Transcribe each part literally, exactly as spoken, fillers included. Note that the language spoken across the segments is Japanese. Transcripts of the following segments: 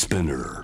Spinner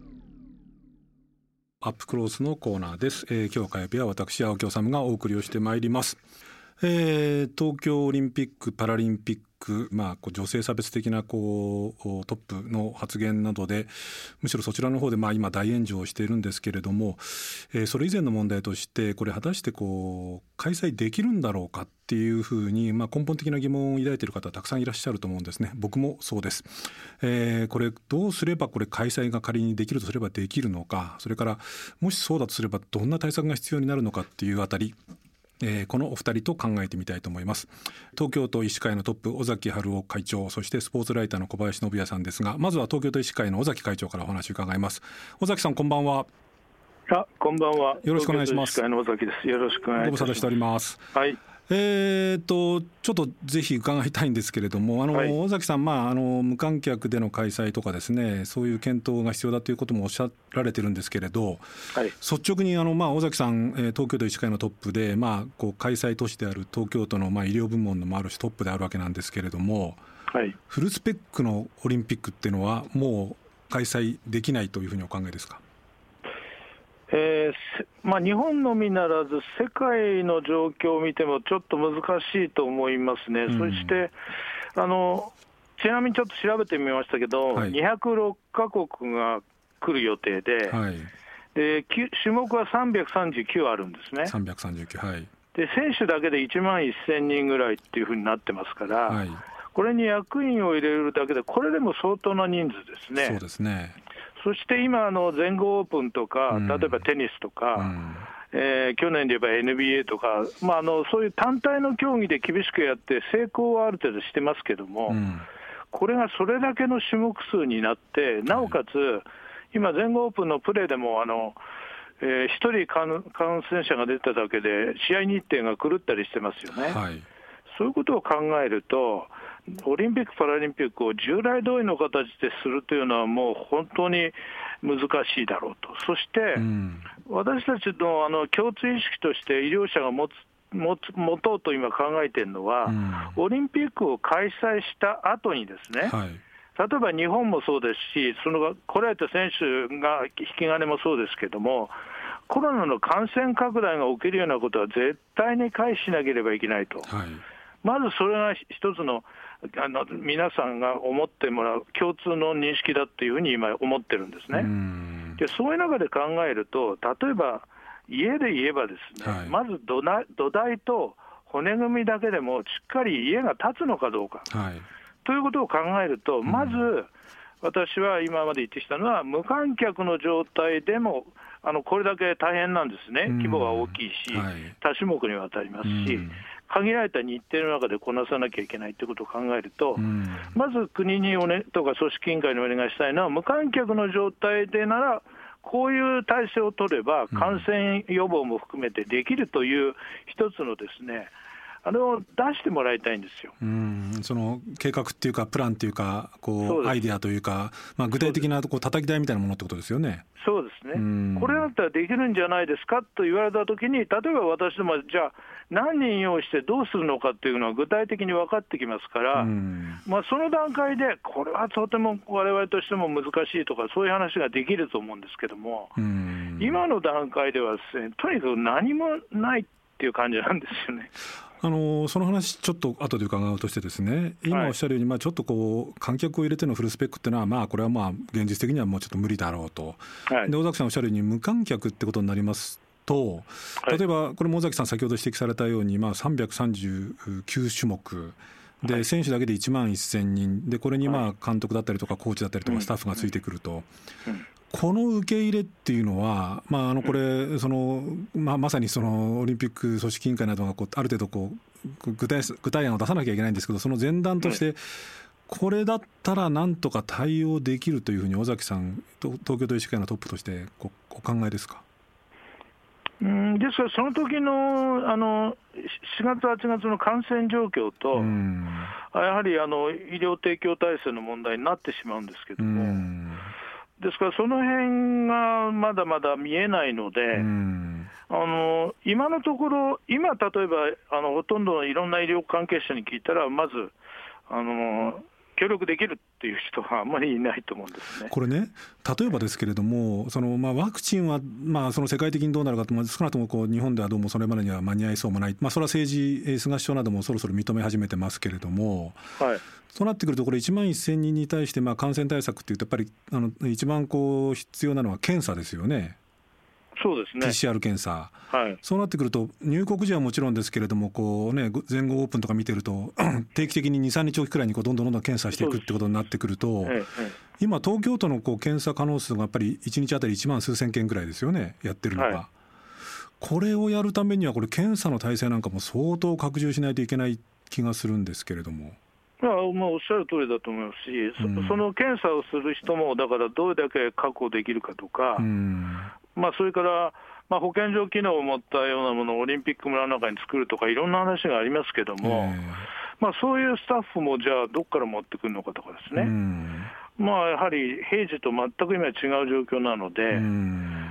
アップクロースのコーナーです。えー、今日火曜日は私青木治がお送りをしてまいります。えー、東京オリンピック・パラリンピック、まあ、こう女性差別的なこうトップの発言などでむしろそちらの方でまあ今大炎上しているんですけれども、えー、それ以前の問題としてこれ果たしてこう開催できるんだろうかっていうふうに、まあ、根本的な疑問を抱いている方たくさんいらっしゃると思うんですね。僕もそうです。えー、これどうすればこれ開催が仮にできるとすればできるのか、それからもしそうだとすればどんな対策が必要になるのかっていうあたり、えー、このお二人と考えてみたいと思います。東京都医師会のトップ尾崎治夫会長、そしてスポーツライターの小林信也さんですが、まずは東京都医師会の尾崎会長からお話を伺います。尾崎さん、こんばんは。 あ、こんばんは。 よろしくお願いします。 東京都医師会の尾崎です。よろしくお願いします。 ご無沙汰しております。 はい。 えー、とちょっとぜひ伺いたいんですけれども、あの、はい、尾崎さん、まあ、あの無観客での開催とかですね、そういう検討が必要だということもおっしゃられてるんですけれど、はい、率直にあの、まあ、尾崎さん、東京都医師会のトップで、まあ、こう開催都市である東京都の、まあ、医療部門のもあるしトップであるわけなんですけれども、はい、フルスペックのオリンピックっていうのはもう開催できないというふうにお考えですか？ えーまあ、日本のみならず世界の状況を見てもちょっと難しいと思いますね。うん、そしてあのちなみにちょっと調べてみましたけど、はい、にひゃくろっかこくが来る予定で、はい、で種目はさんびゃくさんじゅうきゅうあるんですね。 さんびゃくさんじゅうきゅう、はい、 で選手だけでいちまんせんにんぐらいっていうふうになってますから、はい、これに役員を入れるだけでこれでも相当な人数ですね。 そうですね。 そして今あの全豪オープンとか、例えばテニスとか、うんえー、去年で言えば エヌビーエー とか、まあ、あのそういう単体の競技で厳しくやって成功はある程度してますけども、うん、これがそれだけの種目数になって、なおかつ、はい、今全豪オープンのプレーでもあの、えー、ひとり感染者が出ただけで試合日程が狂ったりしてますよね。はい、そういうことを考えるとオリンピック・パラリンピックを従来通りの形でするというのはもう本当に難しいだろうと。そして、うん、私たち の, あの共通意識として医療者が持つ持つ持とうと今考えているのは、うん、オリンピックを開催した後にですね、はい、例えば日本もそうですし、その来られた選手が引き金もそうですけども、コロナの感染拡大が起きるようなことは絶対に回避しなければいけないと、はい、まずそれが一つのあの皆さんが思ってもらう共通の認識だというふうに今思ってるんですね。でそういう中で考えると、例えば家で言えばですね、はい、まず 土, 土台と骨組みだけでもしっかり家が建つのかどうか、はい、ということを考えると、まず私は今まで言ってきたのは無観客の状態でもあのこれだけ大変なんですね。規模が大きいし、はい、多種目にわたりますし、限られた日程の中でこなさなきゃいけないということを考えると、まず国にお、ね、とか組織委員会にお願いしたいのは、無観客の状態でならこういう体制を取れば感染予防も含めてできるという一つのですね、あれを出してもらいたいんですよ。 うん、その計画っていうかプランっていうかこうアイデアというか、まあ、具体的なこう叩き台みたいなものってことですよね。 そうですね。これだったらできるんじゃないですかと言われたときに、例えば私どもじゃあ何人用意してどうするのかっていうのは具体的に分かってきますから、まあ、その段階でこれはとても我々としても難しいとかそういう話ができると思うんですけども、今の段階ではですね、とにかく何もないっていう感じなんですよね。 あのその話ちょっと後で伺うとしてですね、今おっしゃるように、まあ、ちょっとこう観客を入れてのフルスペックっていうのは、まあ、これはまあ現実的にはもうちょっと無理だろうと、はい、で尾崎さんおっしゃるように無観客ってことになりますと、例えばこれも尾崎さん先ほど指摘されたように、まあ、さんびゃくさんじゅうきゅう種目で、はい、選手だけでいちまんせんにんで、これにまあ監督だったりとかコーチだったりとかスタッフがついてくると、うんうんうん、この受け入れっていうのは、まあ、あのこれその、まあ、まさにそのオリンピック組織委員会などがこうある程度こう具体、具体案を出さなきゃいけないんですけど、その前段としてこれだったらなんとか対応できるというふうに尾崎さん、東京都医師会のトップとしてお考えですか？ うんですからその時のあのしがつはちがつの感染状況と、やはりあの医療提供体制の問題になってしまうんですけども、ですからその辺がまだまだ見えないので、あの今のところ、今例えばあのほとんどのいろんな医療関係者に聞いたら、まずあの協力できるっていう人はあんまりいないと思うんですね。 これね、例えばですけれども、そのまあワクチンはまあその世界的にどうなるかと、まあ、少なくともこう日本ではどうもそれまでには間に合いそうもない、まあ、それは政治、菅首相などもそろそろ認め始めてますけれども、 はい、 そうなってくると、これいちまんせんにんに対してまあ感染対策っていうと、やっぱりあの一番こう必要なのは検査ですよね。 そうですね。 ピーシーアール 検査、 はい、 そうなってくると入国時はもちろんですけれども、こう、ね、全豪オープンとか見てると定期的にに、さんにちおきくらいにこうどんどんどんどん検査していくってことになってくると、 ええ、 今東京都のこう検査可能数がやっぱりいちにちあたりいちまん数千件くらいですよね、やってるのが、はい、これをやるためにはこれ検査の体制なんかも相当拡充しないといけない気がするんですけれども。 まあ、まあおっしゃる通りだと思いますし、うん、そ, その検査をする人もだからどれだけ確保できるかとか、うん、まあ、それからまあ保健所機能を持ったようなものをオリンピック村の中に作るとかいろんな話がありますけども、まあ、そういうスタッフもじゃあどこから持ってくるのかとかですね、うん、まあ、やはり平時と全く今違う状況なので、うん、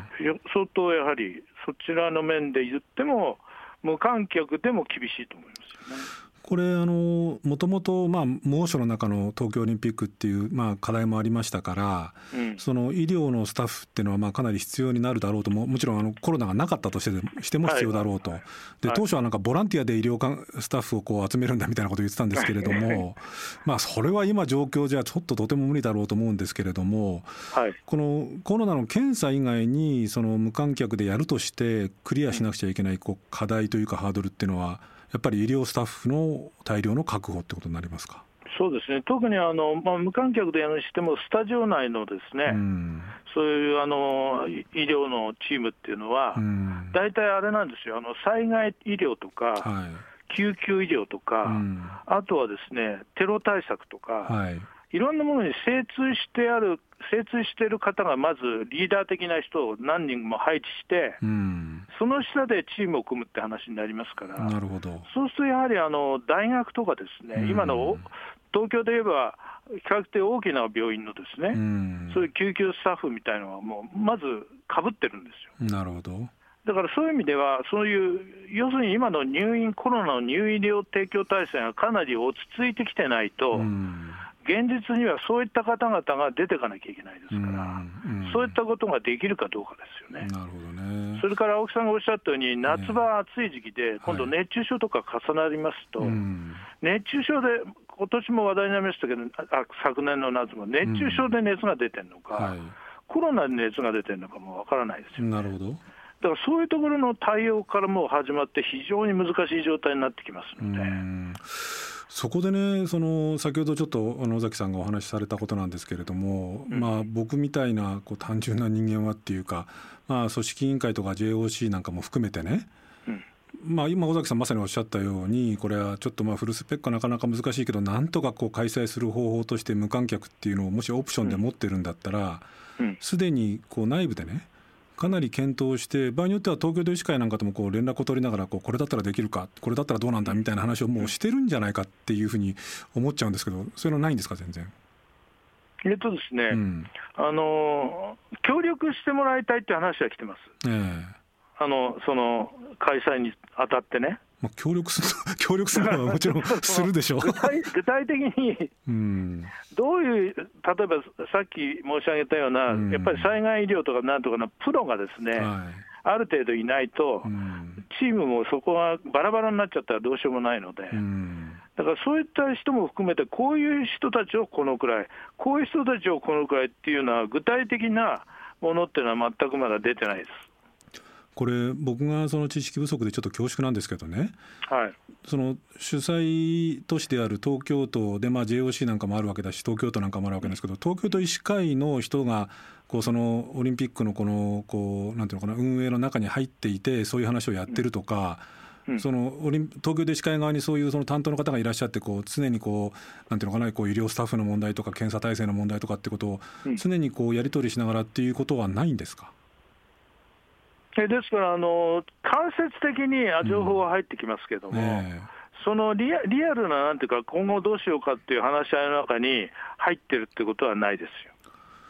相当やはりそちらの面で言っても無観客でも厳しいと思いますよね。 これあのもともとまあ猛暑の中の東京オリンピックっていうまあ課題もありましたから、うん、その医療のスタッフっていうのはまあかなり必要になるだろうとも、もちろんあのコロナがなかったとしてしても必要だろうと、はい、で当初はなんかボランティアで医療スタッフをこう集めるんだみたいなことを言ってたんですけれども、まあそれは今状況じゃちょっととても無理だろうと思うんですけれども、はい、このコロナの検査以外にその無観客でやるとしてクリアしなくちゃいけないこう課題というかハードルっていうのはやっぱり医療スタッフの大量の確保ってことになりますか。 そうですね、特にあの、まあ、無観客でやるにしてもスタジオ内のですね、うん、そういうあの医療のチームっていうのは、うん、大体あれなんですよ、あの災害医療とか、はい、救急医療とか、うん、あとはですねテロ対策とか、はい、いろんなものに精通してある精通している方がまずリーダー的な人を何人も配置して、うん、その下でチームを組むって話になりますから。 なるほど。 そうするとやはりあの大学とかですね、うん、今の東京で言えば比較的大きな病院のですね、うん、そういう救急スタッフみたいなのはもうまず被ってるんですよ。 なるほど。 だからそういう意味ではそういう要するに今の入院コロナの入院医療提供体制がかなり落ち着いてきてないと、うん、現実にはそういった方々が出ていかなきゃいけないですから、うんうん、そういったことができるかどうかですよね。 なるほどね。 それから青木さんがおっしゃったように夏場暑い時期で今度熱中症とか重なりますと、はい、熱中症で今年も話題になりましたけど、あ昨年の夏も熱中症で熱が出てるのか、うんはい、コロナで熱が出てるのかもわからないですよね。 なるほど。 だからそういうところの対応からも始まって非常に難しい状態になってきますので、うん、 そこでね、その先ほどちょっと野崎さんがお話しされたことなんですけれども、うん、まあ、僕みたいなこう単純な人間はっていうか、まあ、組織委員会とか ジェイオーシー なんかも含めてね、うんまあ、今尾崎さんまさにおっしゃったようにこれはちょっとまあフルスペックはなかなか難しいけどなんとかこう開催する方法として無観客っていうのをもしオプションで持ってるんだったらすで、うん、にこう内部でねかなり検討して場合によっては東京都医師会なんかともこう連絡を取りながらこうこれだったらできるかこれだったらどうなんだみたいな話をもうしてるんじゃないかっていうふうに思っちゃうんですけどそういうのないんですか全然。 えっとですね、うん、あの協力してもらいたいって話は来てます、えー、あのその開催にあたってね、 まあ、協力する協力するのはもちろんするでしょう具体、具体的にどういう、例えばさっき申し上げたような、うん、やっぱり災害医療とかなんとかのプロがですね、はい、ある程度いないと、うん、チームもそこがバラバラになっちゃったらどうしようもないので、うん、だからそういった人も含めてこういう人たちをこのくらいこういう人たちをこのくらいっていうのは具体的なものっていうのは全くまだ出てないです。 これ僕がその知識不足でちょっと恐縮なんですけどね、はい、その主催都市である東京都で、まあ、ジェイオーシー なんかもあるわけだし東京都なんかもあるわけですけど東京都医師会の人がこうそのオリンピックのこのこうなんていうのかな運営の中に入っていてそういう話をやってるとか、うん、そのオリン東京都医師会側にそういうその担当の方がいらっしゃってこう常にこうなんていうのかなこう医療スタッフの問題とか検査体制の問題とかってことを常にこうやり取りしながらっていうことはないんですか。 ですからあの間接的に情報は入ってきますけども、うんね、そのリ ア, リアルななんていうか今後どうしようかっていう話し合いの中に入ってるってことはないですよ。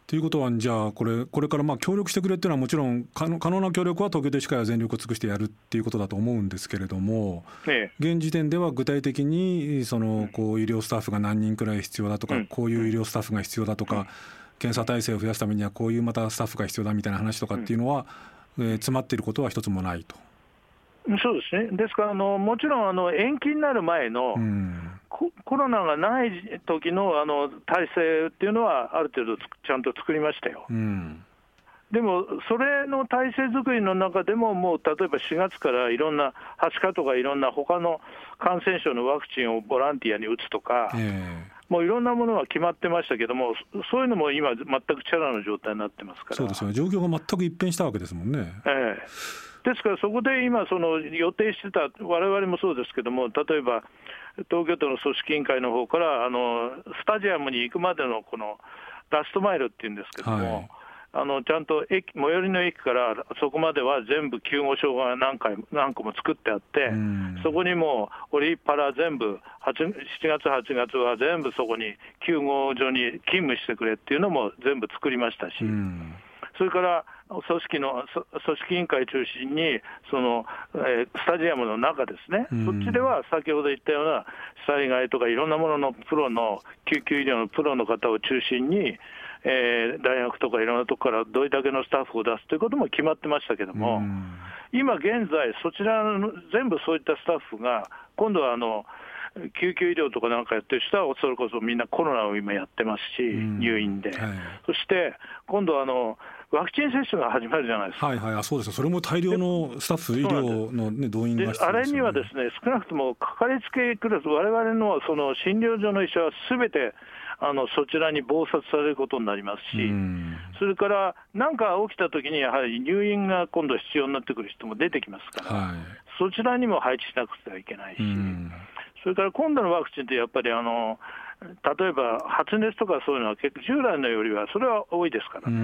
ということはじゃあこれこれからまあ協力してくれっていうのはもちろん可能、可能な協力は東京都医師会は全力を尽くしてやるっていうことだと思うんですけれども、ええ、現時点では具体的にそのこう医療スタッフが何人くらい必要だとか、うん、こういう医療スタッフが必要だとか、うん、検査体制を増やすためにはこういうまたスタッフが必要だみたいな話とかっていうのは、うんえー、詰まっていることは一つもないと。 そうですね。ですからあのもちろんあの延期になる前の、うんコ, コロナがない時のあの体制っていうのはある程度ちゃんと作りましたよ、うん、でもそれの体制作りの中でももう例えばしがつからいろんなはちかとかいろんな他の感染症のワクチンをボランティアに打つとか、えー、もういろんなものは決まってましたけども、そういうのも今全くチャラの状態になってますから。 そうですよね。状況が全く一変したわけですもんね、えー、ですからそこで今その予定してた我々もそうですけども、例えば東京都の組織委員会の方からあのスタジアムに行くまでのこのラストマイルっていうんですけども、はい、あのちゃんと駅最寄りの駅からそこまでは全部救護所が何回何個も作ってあって、そこにもうオリパラ全部しちがつはちがつは全部そこに救護所に勤務してくれっていうのも全部作りましたし、それから組織の組織委員会中心にその、えー、スタジアムの中ですね、うん、そっちでは先ほど言ったような災害とかいろんなもののプロの救急医療のプロの方を中心に、えー、大学とかいろんなところからどれだけのスタッフを出すということも決まってましたけども、うん、今現在そちらの全部そういったスタッフが今度はあの救急医療とかなんかやってる人はそれこそみんなコロナを今やってますし、うん、入院で、はい、そして今度はあのワクチン接種が始まるじゃないですか。 はいはい、そうですね。それも大量のスタッフ医療の、ね、動員が必要ですよね。 あれにはですね、少なくともかかりつけクラス、我々のその診療所の医者はすべてあのそちらに忙殺されることになりますし、それから何か起きたときにやはり入院が今度必要になってくる人も出てきますから、はい、そちらにも配置しなくてはいけないし、それから今度のワクチンってやっぱりあの例えば発熱とかそういうのは結構従来のよりはそれは多いですからね。うん、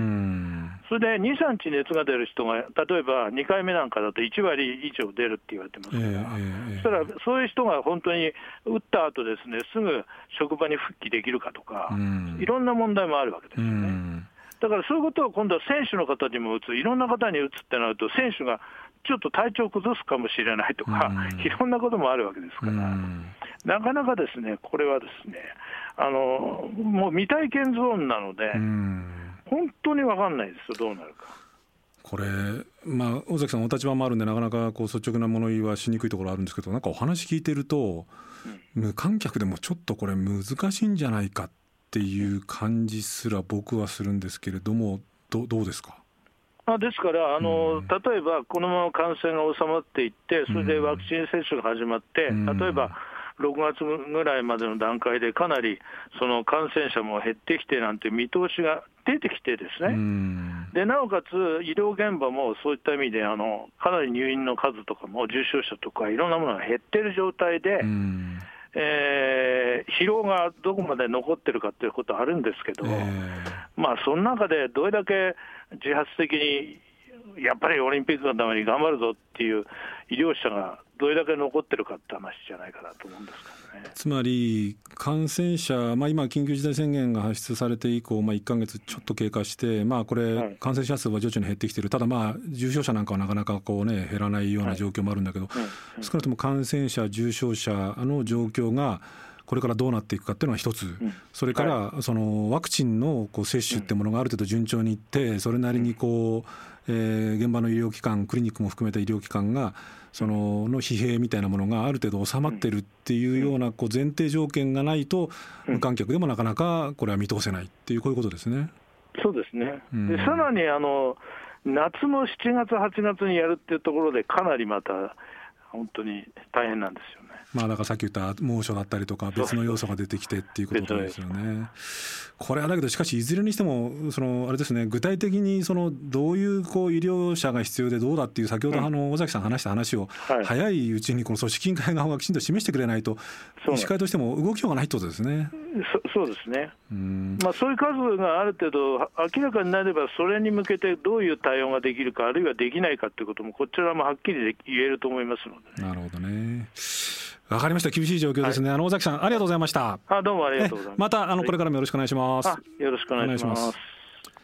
それでに、さんにち熱が出る人が例えばにかいめなんかだといちわり以上出るって言われてますから、えーえー、そしたらそういう人が本当に打った後ですね、すぐ職場に復帰できるかとか、うん、いろんな問題もあるわけですよね。うん、だからそういうことを今度は選手の方にも打つ、いろんな方に打つってなると選手がちょっと体調を崩すかもしれないとか、うん、いろんなこともあるわけですから、うん、なかなかですね、これはですね、あのもう未体験ゾーンなので、うん、本当に分かんないですよ、どうなるか。 これ、まあ、尾崎さんお立場もあるんでなかなかこう率直な物言いはしにくいところあるんですけど、なんかお話聞いてると、うん、無観客でもちょっとこれ難しいんじゃないかっていう感じすら僕はするんですけれども、 ど, どうですか。 あですからあの、うん、例えばこのまま感染が収まっていって、それでワクチン接種が始まって、うん、例えばろくがつぐらいまでの段階でかなりその感染者も減ってきてなんて見通しが出てきてですね、うん、でなおかつ医療現場もそういった意味であのかなり入院の数とかも重症者とかいろんなものが減っている状態で、うん、えー、疲労がどこまで残ってるかということはあるんですけど、えー、まあその中でどれだけ自発的にやっぱりオリンピックのために頑張るぞっていう医療者がどれだけ残ってるかって話じゃないかなと思うんですけどね。 つまり感染者、まあ、今緊急事態宣言が発出されて以降、まあ、いっかげつちょっと経過して、まあ、これ、はい、感染者数は徐々に減ってきている。ただまあ重症者なんかはなかなかこう、ね、減らないような状況もあるんだけど、はいはい、少なくとも感染者重症者の状況がこれからどうなっていくかっていうのは一つ、うん、それからそのワクチンのこう接種ってものがある程度順調にいって、それなりにこう、えー、現場の医療機関、クリニックも含めた医療機関がそのの疲弊みたいなものがある程度収まってるっていうようなこう前提条件がないと、無観客でもなかなかこれは見通せないっていう、こういうことですね。 そうですね。でさらにあの夏のしちがつはちがつにやるっていうところでかなりまた本当に大変なんですよね。 まあ、だからさっき言った猛暑だったりとか別の要素が出てきてっていうことですよね。これはだけどしかしいずれにしてもそのあれですね、具体的にそのどういうこう医療者が必要でどうだっていう先ほどあの尾崎さん話した話を早いうちにこの組織委員会側がきちんと示してくれないと医師会としても動きようがないってことですね。 そ, そうですね。うん、まあ、そういう数がある程度明らかになればそれに向けてどういう対応ができるかあるいはできないかということもこちらもはっきり言えると思いますので、ね、 なるほどね。わかりました。厳しい状況ですね、はい、あの尾崎さんありがとうございました。 あどうもありがとうございます。 またあのこれからもよろしくお願いします。 あよろしくお願いします。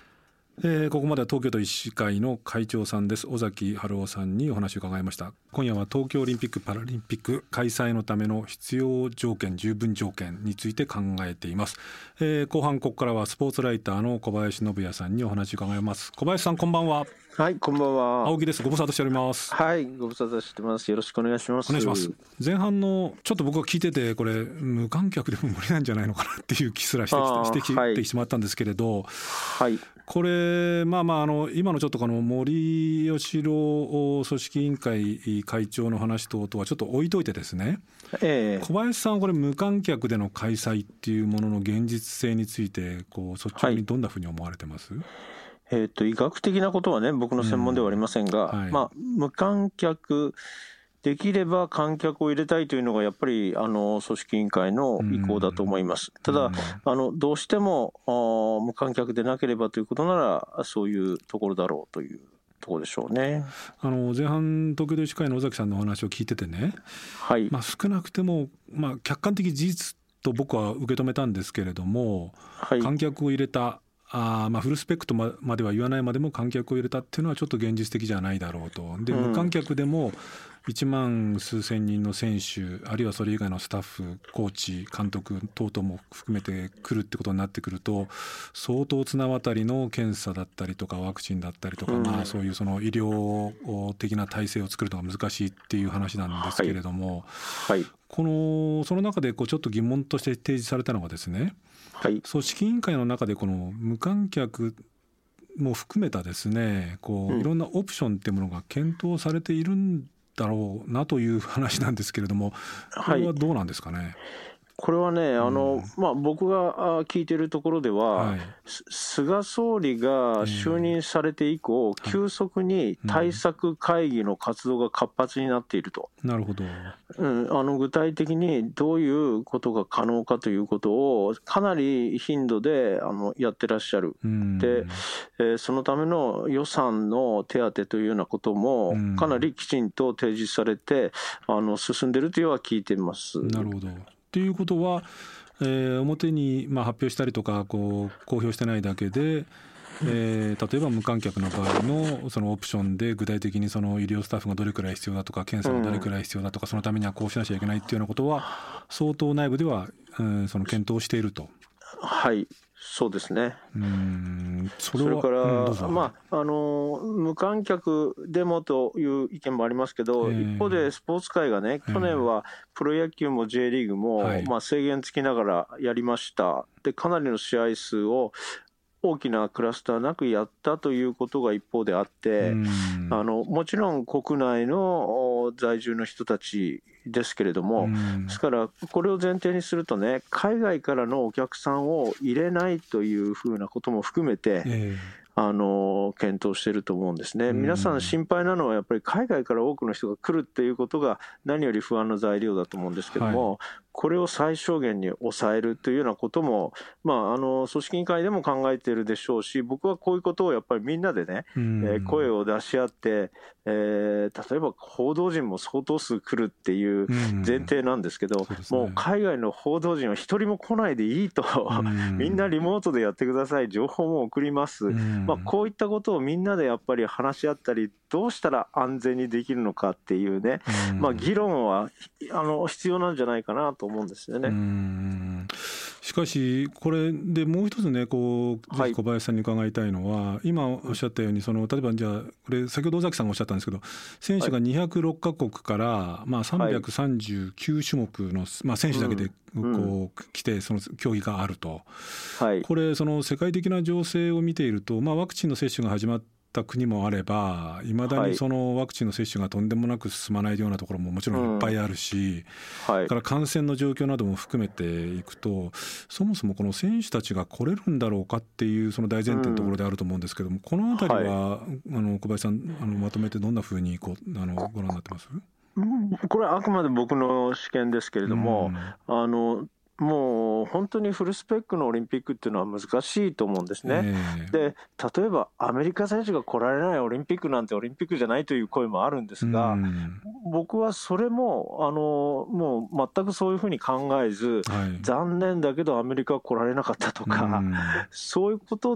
えー、ここまでは東京都医師会の会長さんです尾崎春夫さんにお話を伺いました。今夜は東京オリンピック・パラリンピック開催のための必要条件十分条件について考えています。えー、後半ここからはスポーツライターの小林信也さんにお話を伺います。小林さんこんばんは。 はい、こんばんは。 青木です。ご無沙汰しております。 はい、ご無沙汰してます。よろしくお願いします。 お願いします。前半のちょっと僕が聞いててこれ無観客でも無理なんじゃないのかなっていう気すらしてしてきてしまったんですけれど、 はい、 これまあまああの今のちょっとこの森喜朗組織委員会会長の話等々はちょっと置いといてですね、えー、小林さんはこれ無観客での開催っていうものの現実性についてこう率直にどんなふうに思われてます？はい、 えー、と医学的なことはね僕の専門ではありませんが、うんはい、まあ、無観客できれば観客を入れたいというのがやっぱりあの組織委員会の意向だと思います。ただあのどうしても無観客でなければということならそういうところだろうというところでしょうね。 あの前半東京都医師会の尾崎さんのお話を聞いててね、はいまあ、少なくても、まあ、客観的事実と僕は受け止めたんですけれども、はい、観客を入れたあまあフルスペックとまでは言わないまでも観客を入れたっていうのはちょっと現実的じゃないだろうと。で、無観客でもいちまん数千人の選手あるいはそれ以外のスタッフコーチ監督等々も含めて来るってことになってくると相当綱渡りの検査だったりとかワクチンだったりとか、まあ、そういうその医療的な体制を作るのが難しいっていう話なんですけれども、はいはい、このその中でこうちょっと疑問として提示されたのがですね、はい、組織委員会の中でこの無観客も含めたですねこういろんなオプションっていうものが検討されているんだろうなという話なんですけれども、これはどうなんですかね。はい、 これはねあの、うんまあ、僕が聞いているところでは、はい、菅総理が就任されて以降、えー、急速に対策会議の活動が活発になっていると、 うん、なるほど、 うん、あの具体的にどういうことが可能かということをかなり頻度であのやってらっしゃる、うん、で、えー、そのための予算の手当というようなこともかなりきちんと提示されてあの進んでいるというのは聞いています。 なるほど。ということは、えー、表にまあ発表したりとかこう公表してないだけで、えー、例えば無観客の場合のそのオプションで具体的にその医療スタッフがどれくらい必要だとか検査がどれくらい必要だとか、そのためにはこうしなきゃいけないっていうようなことは相当内部では、うん、その検討していると。 はいそうですね。 うーんそれは、 それから、 うんまあ、あの無観客でもという意見もありますけど、えー、一方でスポーツ界がね去年はプロ野球も J リーグも、えーまあ、制限つきながらやりました。でかなりの試合数を大きなクラスターなくやったということが一方であって、あのもちろん国内の在住の人たちですけれども、ですからこれを前提にするとね海外からのお客さんを入れないというふうなことも含めて、えーあの検討していると思うんですね。皆さん心配なのはやっぱり海外から多くの人が来るっていうことが何より不安の材料だと思うんですけども、はい、これを最小限に抑えるというようなことも、まあ、あの組織委員会でも考えているでしょうし、僕はこういうことをやっぱりみんなでね、えー、声を出し合って、えー、例えば報道陣も相当数来るっていう前提なんですけど、う、ね、もう海外の報道陣は一人も来ないでいいとみんなリモートでやってください、情報も送ります、まあ、こういったことをみんなでやっぱり話し合ったりどうしたら安全にできるのかっていうね、まあ、議論はあの必要なんじゃないかなと思うんですよね。 うーんしかしこれでもう一つねこうぜひ小林さんに伺いたいのは、はい、今おっしゃったようにその例えばじゃあこれ先ほど尾崎さんがおっしゃったんですけど選手がにひゃくろっかこくから、まあ、さんびゃくさんじゅうきゅうしゅもくの、まあ、選手だけでこう、うん、来てその競技があると、はい、これその世界的な情勢を見ていると、まあ、ワクチンの接種が始まってた国もあればいまだにそのワクチンの接種がとんでもなく進まないようなところももちろんいっぱいあるし、うんはい、から感染の状況なども含めていくとそもそもこの選手たちが来れるんだろうかっていうその大前提のところであると思うんですけども、うん、このあたりは、はい、あの小林さんあのまとめてどんなふうにこうあのご覧になってます？ これはあくまで僕の試験ですけれども、うん、あのもう本当にフルスペックのオリンピックっていうのは難しいと思うんですね、えー、で例えばアメリカ選手が来られないオリンピックなんてオリンピックじゃないという声もあるんですが、うん、僕はそれもあのもう全くそういうふうに考えず、はい、残念だけどアメリカは来られなかったとか、うん、そういうこと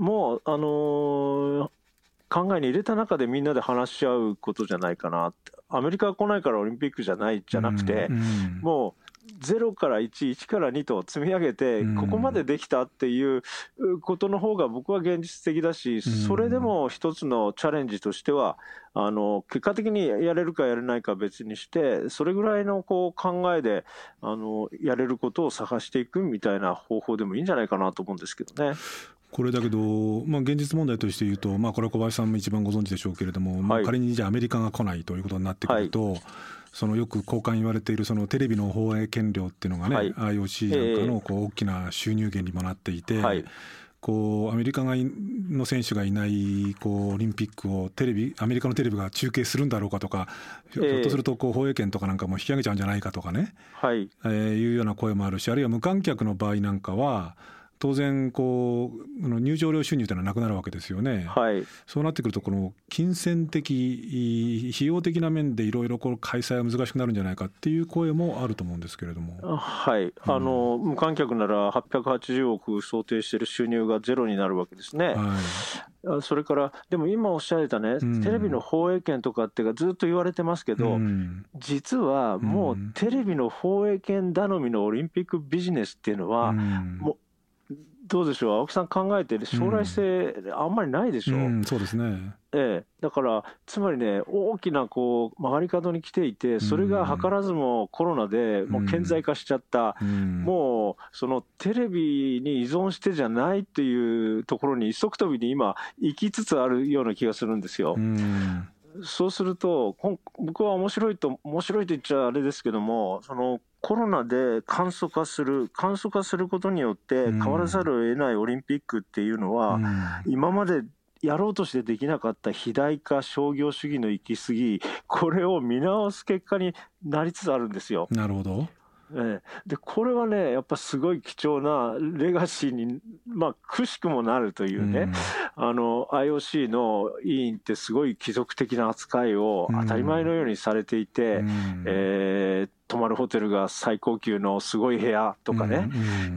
もう、あのー、考えに入れた中でみんなで話し合うことじゃないかなって。アメリカが来ないからオリンピックじゃないじゃなくて、うんうん、もうゼロからいち、いちからにと積み上げてここまでできたっていうことの方が僕は現実的だし、それでも一つのチャレンジとしてはあの結果的にやれるかやれないかは別にして、それぐらいのこう考えであのやれることを探していくみたいな方法でもいいんじゃないかなと思うんですけどね。 これだけど、まあ、現実問題として言うと、まあ、これは小林さんも一番ご存知でしょうけれども、はい、まあ、仮にじゃあアメリカが来ないということになってくると、はい、そのよく交換言われているそのテレビの放映権料っていうのがね、はい、アイオーシー なんかのこう大きな収入源にもなっていて、はい、こうアメリカがの選手がいないこうオリンピックをテレビアメリカのテレビが中継するんだろうかとか、ひょっとするとこう放映権とかなんかも引き上げちゃうんじゃないかとかね、はい、えー、いうような声もあるし、あるいは無観客の場合なんかは当然こう入場料収入というのはなくなるわけですよね、はい、そうなってくるとこの金銭的費用的な面でいろいろ開催は難しくなるんじゃないかっていう声もあると思うんですけれども、 はい、うん、あの無観客ならはっぴゃくはちじゅうおく想定している収入がゼロになるわけですね、はい、それからでも今おっしゃられたね、うん、テレビの放映権とかってがずっと言われてますけど、うん、実はもうテレビの放映権頼みのオリンピックビジネスっていうのは、うん、もうどうでしょう、青木さん考えて将来性あんまりないでしょう、うんうん、 そうですね、 ええ、だからつまりね、大きなこう曲がり角に来ていて、それが図らずもコロナでもう顕在化しちゃった、うん、もうそのテレビに依存してじゃないっていうところに一足飛びに今行きつつあるような気がするんですよ、うん、そうすると僕は面白いと面白いと言っちゃあれですけども、そのコロナで簡素化する簡素化することによって変わらざるを得ないオリンピックっていうのは、うん、今までやろうとしてできなかった肥大化商業主義の行き過ぎ、これを見直す結果になりつつあるんですよ。 なるほど。 ええ、でこれはねやっぱすごい貴重なレガシーに、まあ、くしくもなるというね、うん、あの アイオーシー の委員ってすごい貴族的な扱いを当たり前のようにされていて、うん、えー、泊まるホテルが最高級のすごい部屋とかね、うんうん、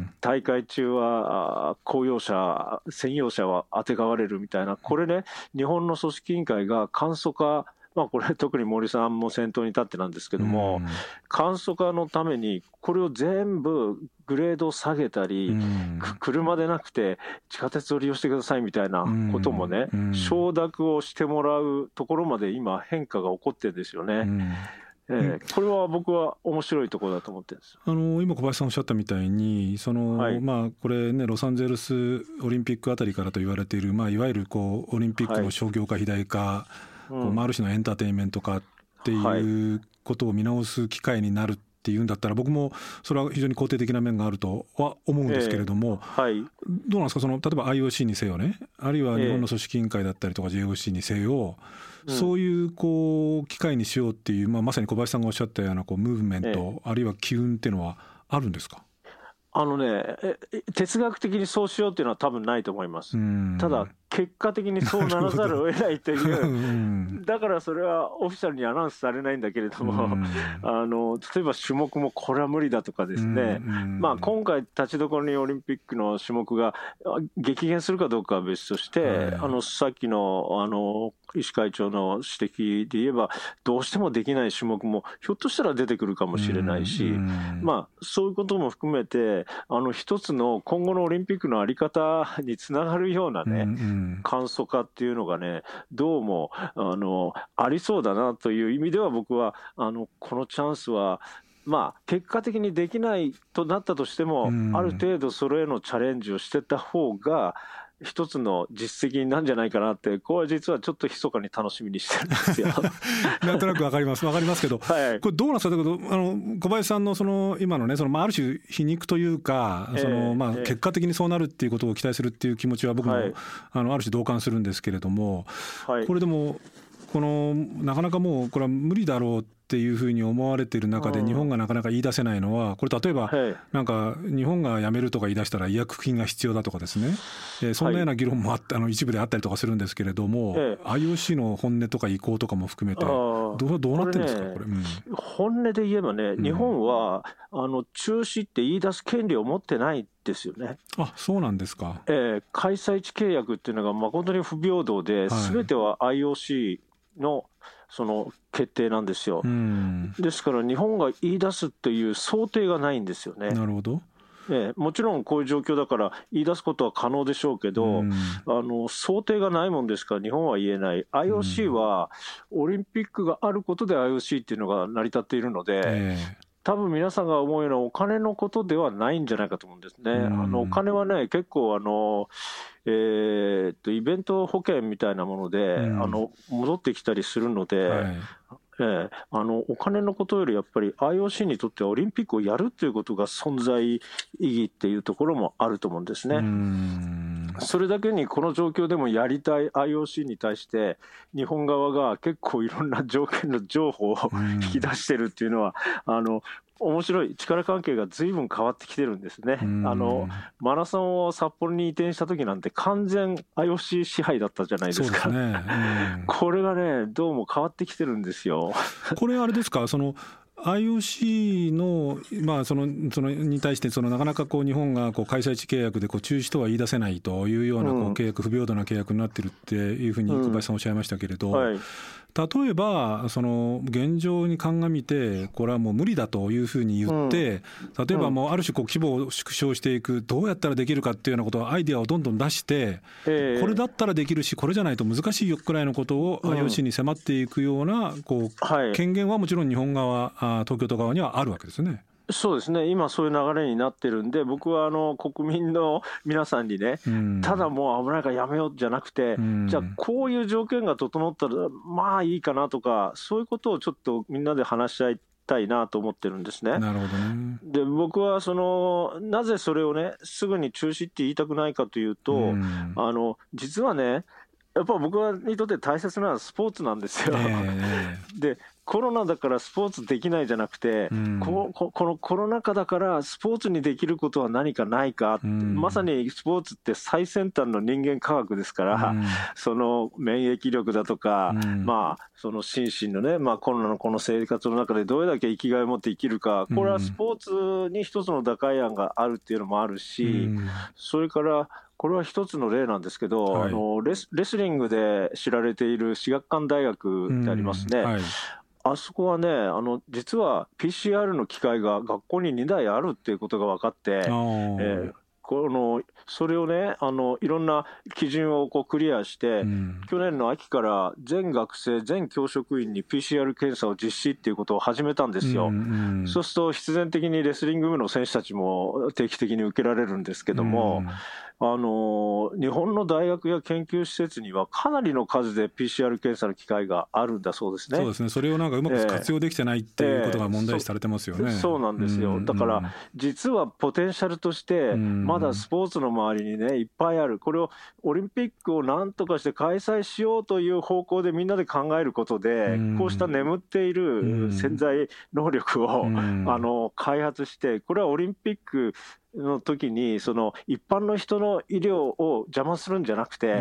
大会中は公用車専用車はあてがわれるみたいな、これね日本の組織委員会が簡素化、まあ、これ特に森さんも先頭に立ってなんですけども、うん、簡素化のためにこれを全部グレードを下げたり、うん、車でなくて地下鉄を利用してくださいみたいなこともね、うん、承諾をしてもらうところまで今変化が起こってるんですよね、うん、えー、これは僕は面白いところだと思ってるんです。 あの今小林さんおっしゃったみたいにその、はい、まあ、これねロサンゼルスオリンピックあたりからと言われている、まあ、いわゆるこうオリンピックの商業化肥大化、はい、こうある種のエンターテインメント化っていうことを見直す機会になるっていうんだったら、僕もそれは非常に肯定的な面があるとは思うんですけれども、えーはい、どうなんですか、その例えば アイオーシー にせよね、あるいは日本の組織委員会だったりとか ジェイオーシー にせよ、えー、そういうこう機会にしようっていう、まあ、まさに小林さんがおっしゃったようなこうムーブメント、えー、あるいは機運っていうのはあるんですか。 あのね、哲学的にそうしようっていうのは多分ないと思います。ただ結果的にそうならざるを得ないというだからそれはオフィシャルにアナウンスされないんだけれども、あの例えば種目もこれは無理だとかですね、まあ、今回立ちどころにオリンピックの種目が激減するかどうかは別として、はい、あのさっきのあの石会長の指摘で言えばどうしてもできない種目もひょっとしたら出てくるかもしれないし、まあ、そういうことも含めてあの一つの今後のオリンピックの在り方につながるようなね、うんうん、簡素化っていうのがねどうもあのありそうだなという意味では、僕はあのこのチャンスはまあ結果的にできないとなったとしても、うん、ある程度それへのチャレンジをしてた方が一つの実績なんじゃないかなって、これは実はちょっと密かに楽しみにしてるんですよなんとなく分かります分かりますけど、はい、これどうなんですか。だけどあの小林さんのその今のねその、まあ、ある種皮肉というか、その、まあ、結果的にそうなるっていうことを期待するっていう気持ちは僕も、はい、あのある種同感するんですけれども、はい、これでもこのなかなかもうこれは無理だろうっていうふうに思われている中で日本がなかなか言い出せないのは、これ例えばなんか日本が辞めるとか言い出したら違約金が必要だとかですね、えー、そんなような議論もあったあの一部であったりとかするんですけれども、ええ、アイオーシー の本音とか意向とかも含めてどう、どうなってるんですかこれ、ね、これ、うん、 本音で言えばね、日本はあの中止って言い出す権利を持ってないっですよね。 あ、そうなんですか。 えー、開催地契約っていうのが誠に不平等で、すべ、はい、ては アイオーシー のその決定なんですよ。うん、ですから日本が言い出すという想定がないんですよね。 なるほど。 ええ、もちろんこういう状況だから言い出すことは可能でしょうけど、うん、あの想定がないもんですから日本は言えない。 アイオーシー はオリンピックがあることで アイオーシー っていうのが成り立っているので、えー、多分皆さんが思うようなお金のことではないんじゃないかと思うんですね。うん、あのお金はね、結構あの、えー、っとイベント保険みたいなもので、うん、あの戻ってきたりするので、はい、えー、あのお金のことよりやっぱり アイオーシー にとってはオリンピックをやるということが存在意義っていうところもあると思うんですね。うん、それだけにこの状況でもやりたい アイオーシー に対して日本側が結構いろんな条件の譲歩を引き出してるっていうのは、あの面白い力関係がずいぶん変わってきてるんですね。あのマラソンを札幌に移転した時なんて完全 アイオーシー 支配だったじゃないですか。そうですね。うん、これがねどうも変わってきてるんですよ。 これあれですか、その アイオーシー の、まあ、そのそのに対してそのなかなかこう日本がこう開催地契約でこう中止とは言い出せないというようなこう契約、不平等な契約になってるっていうふうに小林さんおっしゃいましたけれど、うんはい、例えばその現状に鑑みてこれはもう無理だというふうに言って、うん、例えばもうある種こう規模を縮小していく、どうやったらできるかっていうようなことをアイデアをどんどん出して、えー、これだったらできるしこれじゃないと難しいよくらいのことを アイオーシー に迫っていくようなこう権限はもちろん日本側、東京都側にはあるわけですね。 そうですね、今そういう流れになってるんで、僕はあの国民の皆さんにね、うん、ただもう危ないからやめようじゃなくて、うん、じゃあこういう条件が整ったらまあいいかなとか、そういうことをちょっとみんなで話し合いたいなと思ってるんですね。 なるほどね。 で僕はそのなぜそれをねすぐに中止って言いたくないかというと、うん、あの実はねやっぱ僕にとって大切なのはスポーツなんですよ。えー、でコロナだからスポーツできないじゃなくて、うん、こ, こ, このコロナ禍だからスポーツにできることは何かないか、うん、まさにスポーツって最先端の人間科学ですから、うん、その免疫力だとか、うん、まあその心身のね、まあ、コロナのこの生活の中でどれだけ生きがいを持って生きるか、これはスポーツに一つの打開案があるっていうのもあるし、うん、それからこれは一つの例なんですけど、はい、あの レ, スレスリングで知られている至学館大学ってありますね。うんはい、あそこはね、あの実は ピーシーアール の機械が学校ににだいあるっていうことが分かって、えー、このそれをねあのいろんな基準をこうクリアして、うん、去年の秋から全学生全教職員に ピーシーアール 検査を実施っていうことを始めたんですよ。うんうん、そうすると必然的にレスリング部の選手たちも定期的に受けられるんですけども、うんあの日本の大学や研究施設にはかなりの数で ピーシーアール 検査の機会があるんだそうですね。 そうですね。それをなんかうまく活用できてないっていうことが問題視されてますよね。えーえー、そ, そうなんですよ。だから実はポテンシャルとしてまだスポーツの周りにねいっぱいある。これをオリンピックをなんとかして開催しようという方向でみんなで考えることで、こうした眠っている潜在能力をあの開発して、これはオリンピックの時にその一般の人の医療を邪魔するんじゃなくて、うん、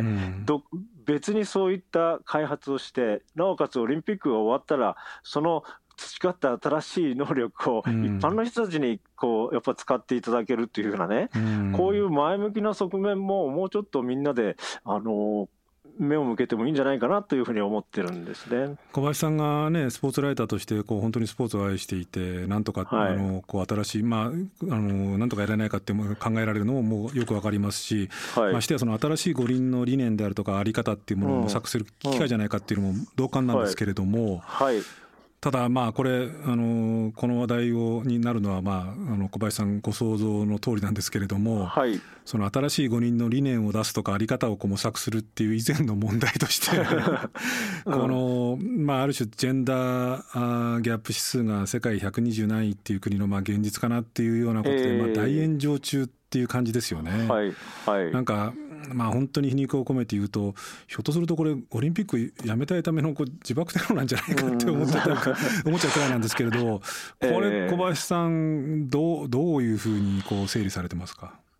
ど別にそういった開発をして、なおかつオリンピックが終わったらその培った新しい能力を一般の人たちにこうやっぱ使っていただけるっていうふうなね、うん、こういう前向きな側面ももうちょっとみんなであの目を向けてもいいんじゃないかなというふうに思ってるんですね。 小林さんがねスポーツライターとしてこう本当にスポーツを愛していて、なんとか、はい、あのこう新しい、まあ、あのなんとかやれないかって考えられるのももうよくわかりますし、はい、ましてやその新しい五輪の理念であるとかあり方っていうものを模索する機会じゃないかっていうのも同感なんですけれども、 はいはい、 ただまあこれあのこの話題をになるのは、まあ、あの小林さんご想像の通りなんですけれども、はい、その新しい五輪の理念を出すとかあり方をこう模索するっていう以前の問題としてこの、まあ、ある種ジェンダーギャップ指数が世界ひゃくにじゅうなんいっていう国のまあ現実かなっていうようなことで、まあ、大炎上中っていう感じですよね。はいはい、なんかまあ、本当に皮肉を込めて言うと、ひょっとするとこれオリンピックやめたいためのこう自爆テロなんじゃないかって思っちゃったか思っちゃうくらいなんですけれど、これ小林さんどう、どういうふうにこう整理されてますか？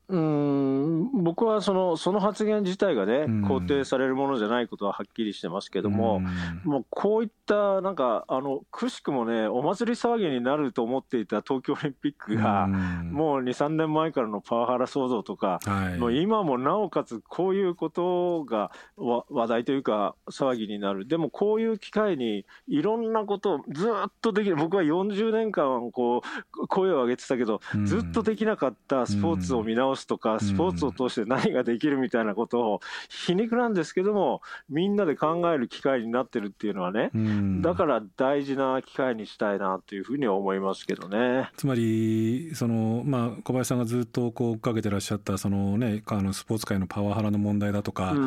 うーん僕はその、その発言自体がね、肯定されるものじゃないことははっきりしてますけども、もうこういったなんか、あのくしくもね、お祭り騒ぎになると思っていた東京オリンピックが、もうに、さんねんまえからのパワハラ騒動とか、はい、もう今もなおかつこういうことが話題というか、騒ぎになる、でもこういう機会に、いろんなことをずっとできる、僕はよんじゅうねんかんこう声を上げてたけど、ずっとできなかったスポーツを見直すとか、スポーツを通して何ができるみたいなことを、皮肉なんですけども、みんなで考える機会になってるっていうのはね、だから大事な機会にしたいなというふうに思いますけどね。 つまりその、まあ、小林さんがずっとこう追っかけてらっしゃったその、ね、あのスポーツ界のパワハラの問題だとか、うん、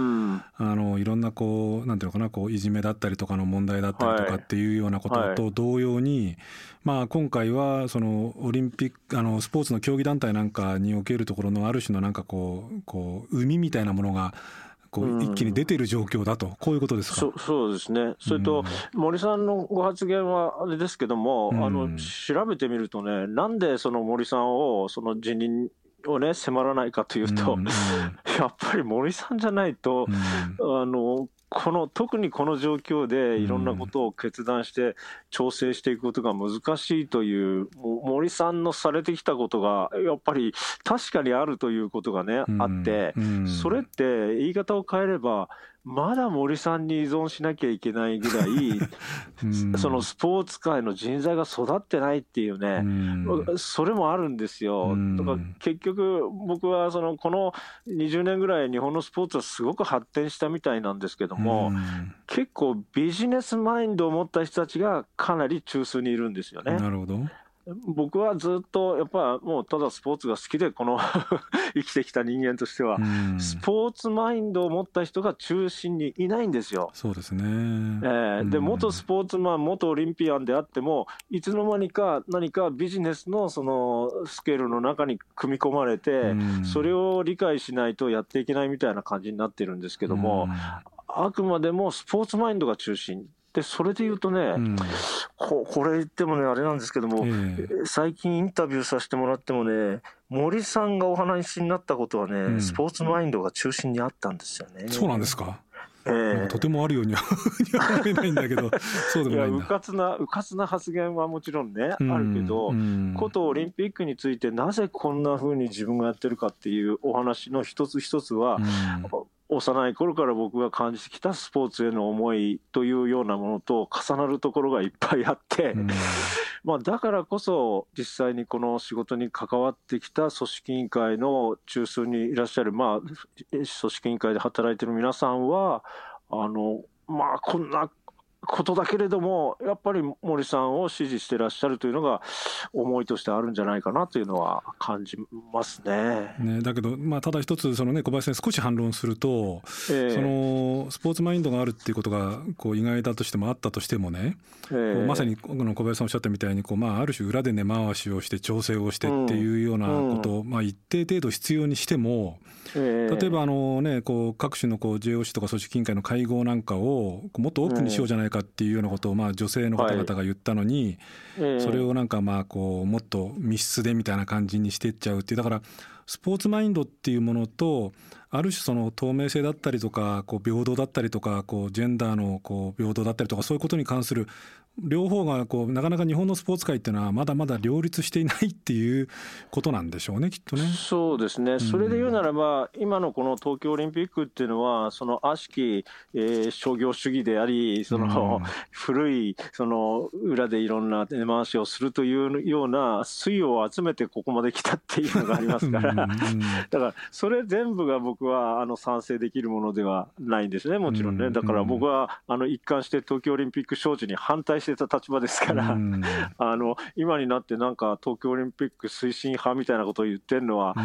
あのいろんなこうなんていうのかな、こういじめだったりとかの問題だったりとかっていうようなことと同様に、はいはい、まあ、今回はそのオリンピック、あのスポーツの競技団体なんかにおけるところのある種のなんかこう、こう海みたいなものがこう一気に出ている状況だと、こういうことですか。 そ, そうですね。それと、森さんのご発言はあれですけども、うん、あの調べてみるとね、なんでその森さんをその辞任をね迫らないかというと、うんうん、やっぱり森さんじゃないと、うん、あのこの特にこの状況でいろんなことを決断して調整していくことが難しいという、うん、森さんのされてきたことがやっぱり確かにあるということがね、うん、あって、うん、それって言い方を変えればまだ森さんに依存しなきゃいけないぐらい、うん、そのスポーツ界の人材が育ってないっていうね、うん、それもあるんですよ、うん、だから結局僕はそのこのにじゅうねんぐらい日本のスポーツはすごく発展したみたいなんですけども、うん、結構ビジネスマインドを持った人たちがかなり中枢にいるんですよね。 なるほど。 僕はずっとやっぱもうただスポーツが好きでこの生きてきた人間としては、スポーツマインドを持った人が中心にいないんですよ。 そうですね、えー、で元スポーツマン元オリンピアンであってもいつの間にか何かビジネスのそのスケールの中に組み込まれて、それを理解しないとやっていけないみたいな感じになってるんですけども、あくまでもスポーツマインドが中心で、それで言うとね、うん、こ, これ言ってもねあれなんですけども、えー、最近インタビューさせてもらってもね、森さんがお話になったことはね、うん、スポーツマインドが中心にあったんですよね。 そうなんですか。 えー、 とてもあるようには思えないんだけどそうでもないんだ。 いや、うかつな、うかつな発言はもちろんね、うん、あるけど、うん、ことオリンピックについてなぜこんな風に自分がやってるかっていうお話の一つ一つは、うん、幼い頃から僕が感じてきたスポーツへの思いというようなものと重なるところがいっぱいあって、うんまあ、だからこそ実際にこの仕事に関わってきた組織委員会の中枢にいらっしゃる、まあ、組織委員会で働いている皆さんはあの、まあ、こんなことだけれどもやっぱり森さんを支持していらっしゃるというのが思いとしてあるんじゃないかなというのは感じますね。 ね、だけど、まあ、ただ一つその、ね、小林さん少し反論すると、えー、そのスポーツマインドがあるっていうことがこう意外だとしてもあったとしてもね、えー、まさにこの小林さんおっしゃったみたいにこう、まあ、ある種裏で根回しをして調整をしてっていうようなことを、うんまあ、一定程度必要にしても、えー、例えばあの、ね、こう各種のこう ジェイオーシー とか組織委員会の会合なんかをもっとオープンにしようじゃないかっていうようなことをまあ女性の方々が言ったのに、はいそれをなんかまあこうもっと密室でみたいな感じにしていっちゃうっていう、だからスポーツマインドっていうものとある種その透明性だったりとかこう平等だったりとかこうジェンダーのこう平等だったりとかそういうことに関する両方がこうなかなか日本のスポーツ界っていうのはまだまだ両立していないっていうことなんでしょうね、きっとね。 そうですね、それで言うならば、うん、今のこの東京オリンピックっていうのはその悪しき、えー、商業主義でありその、うん、古いその裏でいろんな根回しをするというような粋を集めてここまで来たっていうのがありますからうん、うん、だからそれ全部が僕はあの賛成できるものではないんですね、もちろんね。だから僕はあの一貫して東京オリンピック招致に反対してた立場ですから、うん、あの今になってなんか東京オリンピック推進派みたいなことを言ってるのは、うん、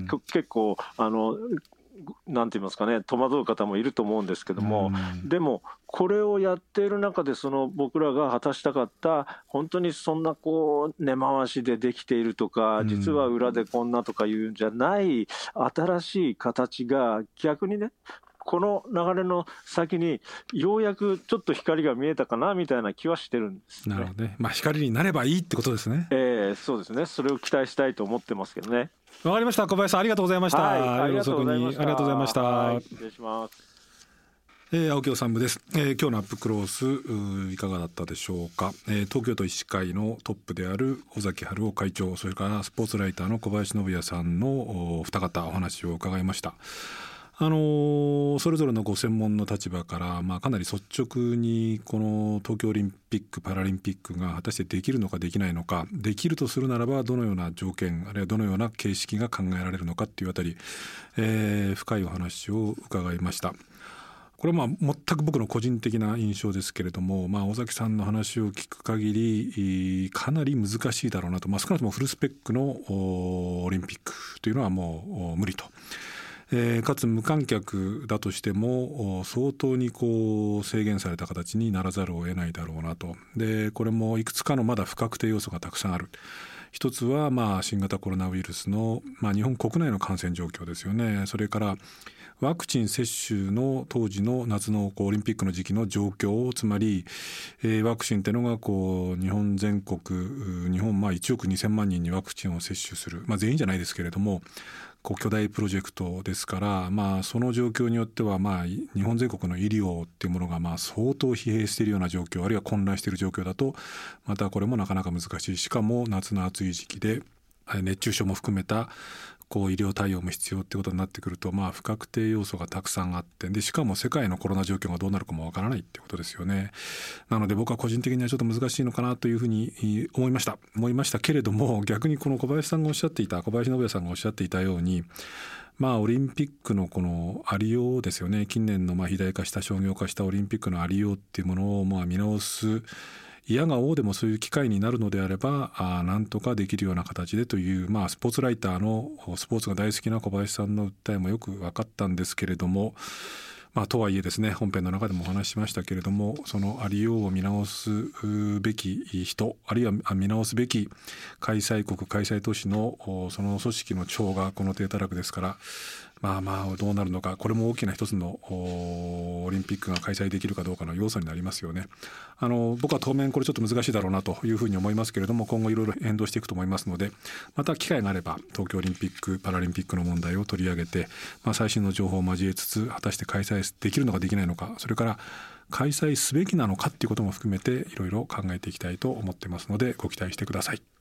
結構あのなんて言いますかね、戸惑う方もいると思うんですけども、うん、でもこれをやっている中でその僕らが果たしたかった本当にそんなこう根回しでできているとか、実は裏でこんなとかいうんじゃない新しい形が逆にねこの流れの先にようやくちょっと光が見えたかなみたいな気はしてるんですね。 なるほどね。まあ、光になればいいってことですね。 えー、そうですね。それを期待したいと思ってますけどね。 わかりました。小林さんありがとうございました。 はい、ありがとうございました。 ありがとうございました。 はい、失礼します。 えー、青木治です、えー、今日のアップクロースいかがだったでしょうか。えー、東京都医師会のトップである尾崎治夫会長、それからスポーツライターの小林信也さんのお二方お話を伺いました。あのー、それぞれのご専門の立場から、まあ、かなり率直にこの東京オリンピック・パラリンピックが果たしてできるのかできないのか、できるとするならばどのような条件あるいはどのような形式が考えられるのかっていうあたり、えー、深いお話を伺いました。これはまあ全く僕の個人的な印象ですけれども、まあ、尾崎さんの話を聞く限りかなり難しいだろうなと、まあ、少なくともフルスペックのオリンピックというのはもう無理と。えー、かつ無観客だとしても相当にこう制限された形にならざるを得ないだろうなと。でこれもいくつかのまだ不確定要素がたくさんある。一つはまあ新型コロナウイルスの、まあ、日本国内の感染状況ですよね。それからワクチン接種の当時の夏のこうオリンピックの時期の状況、つまり、えー、ワクチンっていうのがこう日本全国日本まあいちおくにせんまんにんにワクチンを接種する、まあ、全員じゃないですけれどもこう巨大プロジェクトですから、まあ、その状況によっては、まあ、日本全国の医療っていうものがまあ相当疲弊しているような状況、あるいは混乱している状況だとまたこれもなかなか難しい。しかも夏の暑い時期で熱中症も含めたこう医療対応も必要ってことになってくると、まあ、不確定要素がたくさんあって、でしかも世界のコロナ状況がどうなるかもわからないってことですよね。なので僕は個人的にはちょっと難しいのかなというふうに思いました思いましたけれども、逆にこの小林さんがおっしゃっていた小林信也さんがおっしゃっていたように、まあ、オリンピックのこのありようですよね。近年のまあ肥大化した商業化したオリンピックのありようっていうものをまあ見直す、いやが応でもそういう機会になるのであればあなんとかできるような形でという、まあ、スポーツライターのスポーツが大好きな小林さんの訴えもよく分かったんですけれども、まあ、とはいえですね、本編の中でもお話ししましたけれども、そのありようを見直すべき人、あるいは見直すべき開催国開催都市のその組織の長がこの低たらくですから、まあまあどうなるのか、これも大きな一つのオリンピックが開催できるかどうかの要素になりますよね。あの僕は当面これちょっと難しいだろうなというふうに思いますけれども、今後いろいろ変動していくと思いますので、また機会があれば東京オリンピック・パラリンピックの問題を取り上げて、まあ、最新の情報を交えつつ果たして開催できるのかできないのか、それから開催すべきなのかっていうことも含めていろいろ考えていきたいと思ってますのでご期待してください。